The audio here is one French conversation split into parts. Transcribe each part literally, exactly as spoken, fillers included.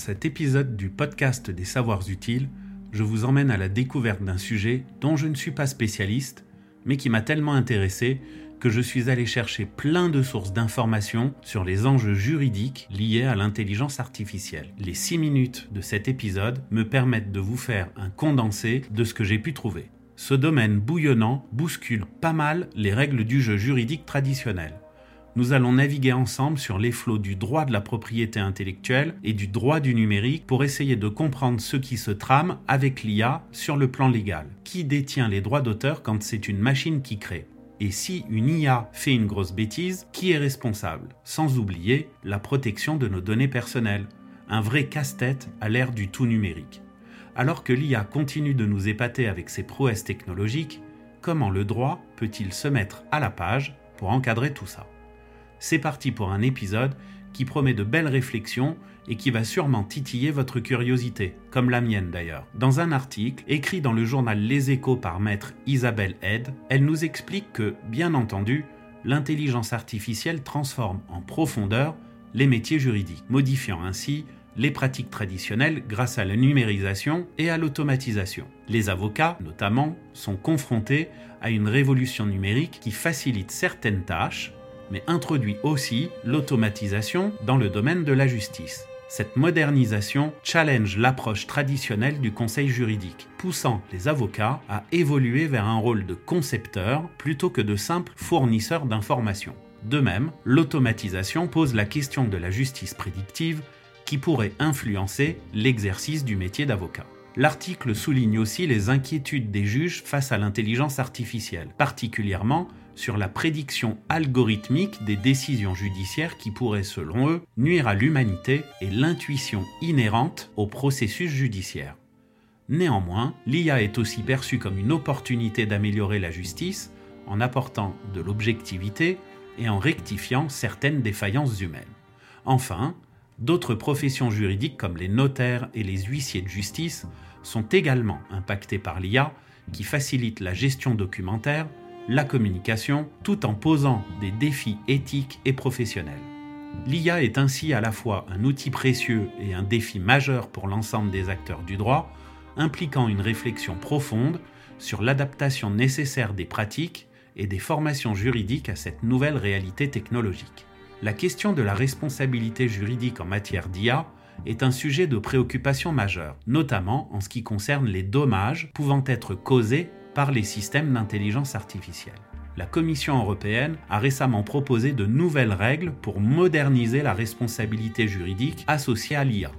cet épisode du podcast des savoirs utiles, je vous emmène à la découverte d'un sujet dont je ne suis pas spécialiste, mais qui m'a tellement intéressé que je suis allé chercher plein de sources d'informations sur les enjeux juridiques liés à l'intelligence artificielle. Les six minutes de cet épisode me permettent de vous faire un condensé de ce que j'ai pu trouver. Ce domaine bouillonnant bouscule pas mal les règles du jeu juridique traditionnel. Nous allons naviguer ensemble sur les flots du droit de la propriété intellectuelle et du droit du numérique pour essayer de comprendre ce qui se trame avec l'I A sur le plan légal. Qui détient les droits d'auteur quand c'est une machine qui crée ? Et si une I A fait une grosse bêtise, qui est responsable ? Sans oublier la protection de nos données personnelles. Un vrai casse-tête à l'ère du tout numérique. Alors que l'I A continue de nous épater avec ses prouesses technologiques, comment le droit peut-il se mettre à la page pour encadrer tout ça ? C'est parti pour un épisode qui promet de belles réflexions et qui va sûrement titiller votre curiosité, comme la mienne d'ailleurs. Dans un article écrit dans le journal Les Échos par maître Isabelle Haid, elle nous explique que, bien entendu, l'intelligence artificielle transforme en profondeur les métiers juridiques, modifiant ainsi les pratiques traditionnelles grâce à la numérisation et à l'automatisation. Les avocats, notamment, sont confrontés à une révolution numérique qui facilite certaines tâches, mais introduit aussi l'automatisation dans le domaine de la justice. Cette modernisation challenge l'approche traditionnelle du conseil juridique, poussant les avocats à évoluer vers un rôle de concepteur plutôt que de simple fournisseur d'informations. De même, l'automatisation pose la question de la justice prédictive qui pourrait influencer l'exercice du métier d'avocat. L'article souligne aussi les inquiétudes des juges face à l'intelligence artificielle, particulièrement sur la prédiction algorithmique des décisions judiciaires qui pourraient, selon eux, nuire à l'humanité et l'intuition inhérente au processus judiciaire. Néanmoins, l'I A est aussi perçue comme une opportunité d'améliorer la justice en apportant de l'objectivité et en rectifiant certaines défaillances humaines. Enfin, d'autres professions juridiques comme les notaires et les huissiers de justice sont également impactées par l'I A qui facilite la gestion documentaire, la communication, tout en posant des défis éthiques et professionnels. L'I A est ainsi à la fois un outil précieux et un défi majeur pour l'ensemble des acteurs du droit, impliquant une réflexion profonde sur l'adaptation nécessaire des pratiques et des formations juridiques à cette nouvelle réalité technologique. La question de la responsabilité juridique en matière d'I A est un sujet de préoccupation majeure, notamment en ce qui concerne les dommages pouvant être causés par les systèmes d'intelligence artificielle. La Commission européenne a récemment proposé de nouvelles règles pour moderniser la responsabilité juridique associée à l'I A.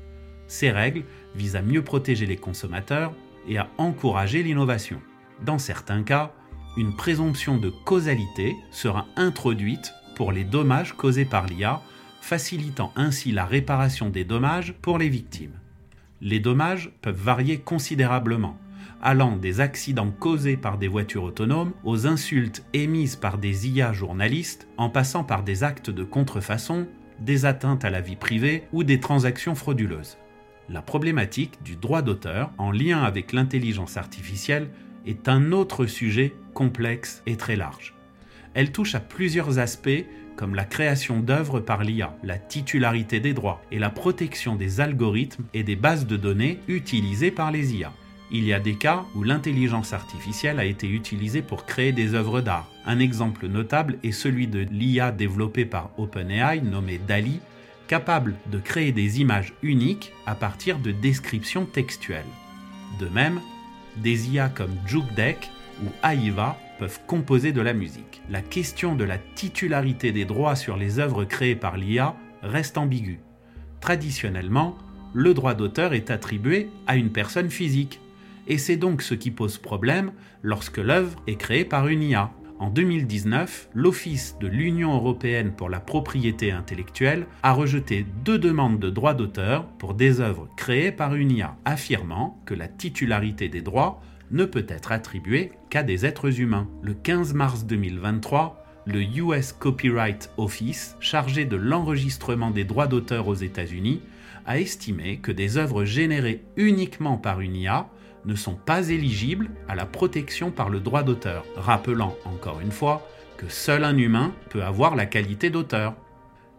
Ces règles visent à mieux protéger les consommateurs et à encourager l'innovation. Dans certains cas, une présomption de causalité sera introduite pour les dommages causés par l'I A, facilitant ainsi la réparation des dommages pour les victimes. Les dommages peuvent varier considérablement, allant des accidents causés par des voitures autonomes aux insultes émises par des I A journalistes, en passant par des actes de contrefaçon, des atteintes à la vie privée ou des transactions frauduleuses. La problématique du droit d'auteur en lien avec l'intelligence artificielle est un autre sujet complexe et très large. Elle touche à plusieurs aspects comme la création d'œuvres par l'I A, la titularité des droits et la protection des algorithmes et des bases de données utilisées par les I A. Il y a des cas où l'intelligence artificielle a été utilisée pour créer des œuvres d'art. Un exemple notable est celui de l'I A développée par OpenAI nommée DALL-E, capable de créer des images uniques à partir de descriptions textuelles. De même, des I A comme JukeDeck ou Aiva peuvent composer de la musique. La question de la titularité des droits sur les œuvres créées par l'I A reste ambiguë. Traditionnellement, le droit d'auteur est attribué à une personne physique, et c'est donc ce qui pose problème lorsque l'œuvre est créée par une I A. En deux mille dix-neuf, l'Office de l'Union européenne pour la propriété intellectuelle a rejeté deux demandes de droits d'auteur pour des œuvres créées par une I A, affirmant que la titularité des droits ne peut être attribuée qu'à des êtres humains. Le quinze mars deux mille vingt-trois, le U S Copyright Office, chargé de l'enregistrement des droits d'auteur aux États-Unis, a estimé que des œuvres générées uniquement par une I A ne sont pas éligibles à la protection par le droit d'auteur, rappelant encore une fois que seul un humain peut avoir la qualité d'auteur.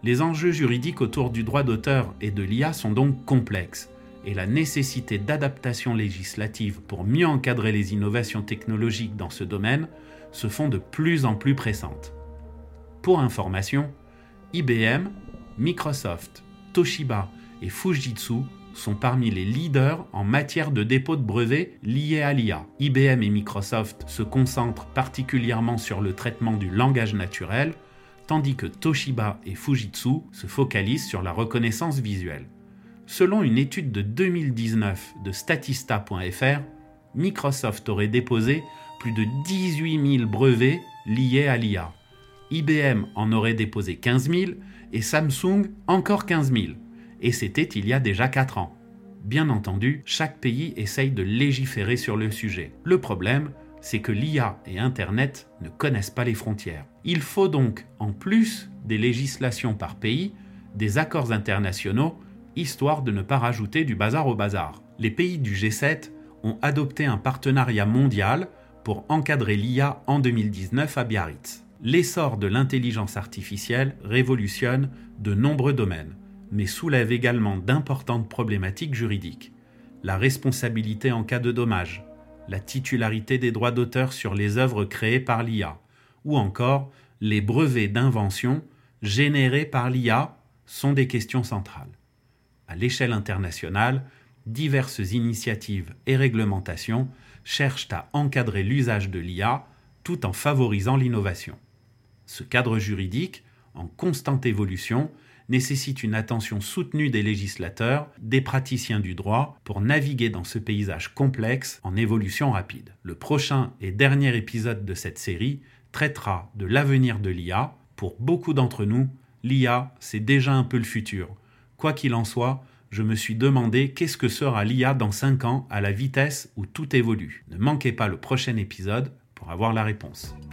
Les enjeux juridiques autour du droit d'auteur et de l'I A sont donc complexes, et la nécessité d'adaptation législative pour mieux encadrer les innovations technologiques dans ce domaine se font de plus en plus pressantes. Pour information, I B M, Microsoft, Toshiba et Fujitsu sont parmi les leaders en matière de dépôt de brevets liés à l'I A. I B M et Microsoft se concentrent particulièrement sur le traitement du langage naturel, tandis que Toshiba et Fujitsu se focalisent sur la reconnaissance visuelle. Selon une étude de deux mille dix-neuf de Statista point F R, Microsoft aurait déposé plus de dix-huit mille brevets liés à l'I A. I B M en aurait déposé quinze mille et Samsung encore quinze mille. Et c'était il y a déjà quatre ans. Bien entendu, chaque pays essaye de légiférer sur le sujet. Le problème, c'est que l'I A et Internet ne connaissent pas les frontières. Il faut donc, en plus des législations par pays, des accords internationaux, histoire de ne pas rajouter du bazar au bazar. Les pays du G sept ont adopté un partenariat mondial pour encadrer l'I A en deux mille dix-neuf à Biarritz. L'essor de l'intelligence artificielle révolutionne de nombreux domaines, mais soulève également d'importantes problématiques juridiques. La responsabilité en cas de dommage, la titularité des droits d'auteur sur les œuvres créées par l'I A, ou encore les brevets d'invention générés par l'I A sont des questions centrales. À l'échelle internationale, diverses initiatives et réglementations cherchent à encadrer l'usage de l'I A tout en favorisant l'innovation. Ce cadre juridique, en constante évolution, nécessite une attention soutenue des législateurs, des praticiens du droit, pour naviguer dans ce paysage complexe en évolution rapide. Le prochain et dernier épisode de cette série traitera de l'avenir de l'I A. Pour beaucoup d'entre nous, l'I A, c'est déjà un peu le futur. Quoi qu'il en soit, je me suis demandé qu'est-ce que sera l'I A dans cinq ans à la vitesse où tout évolue. Ne manquez pas le prochain épisode pour avoir la réponse.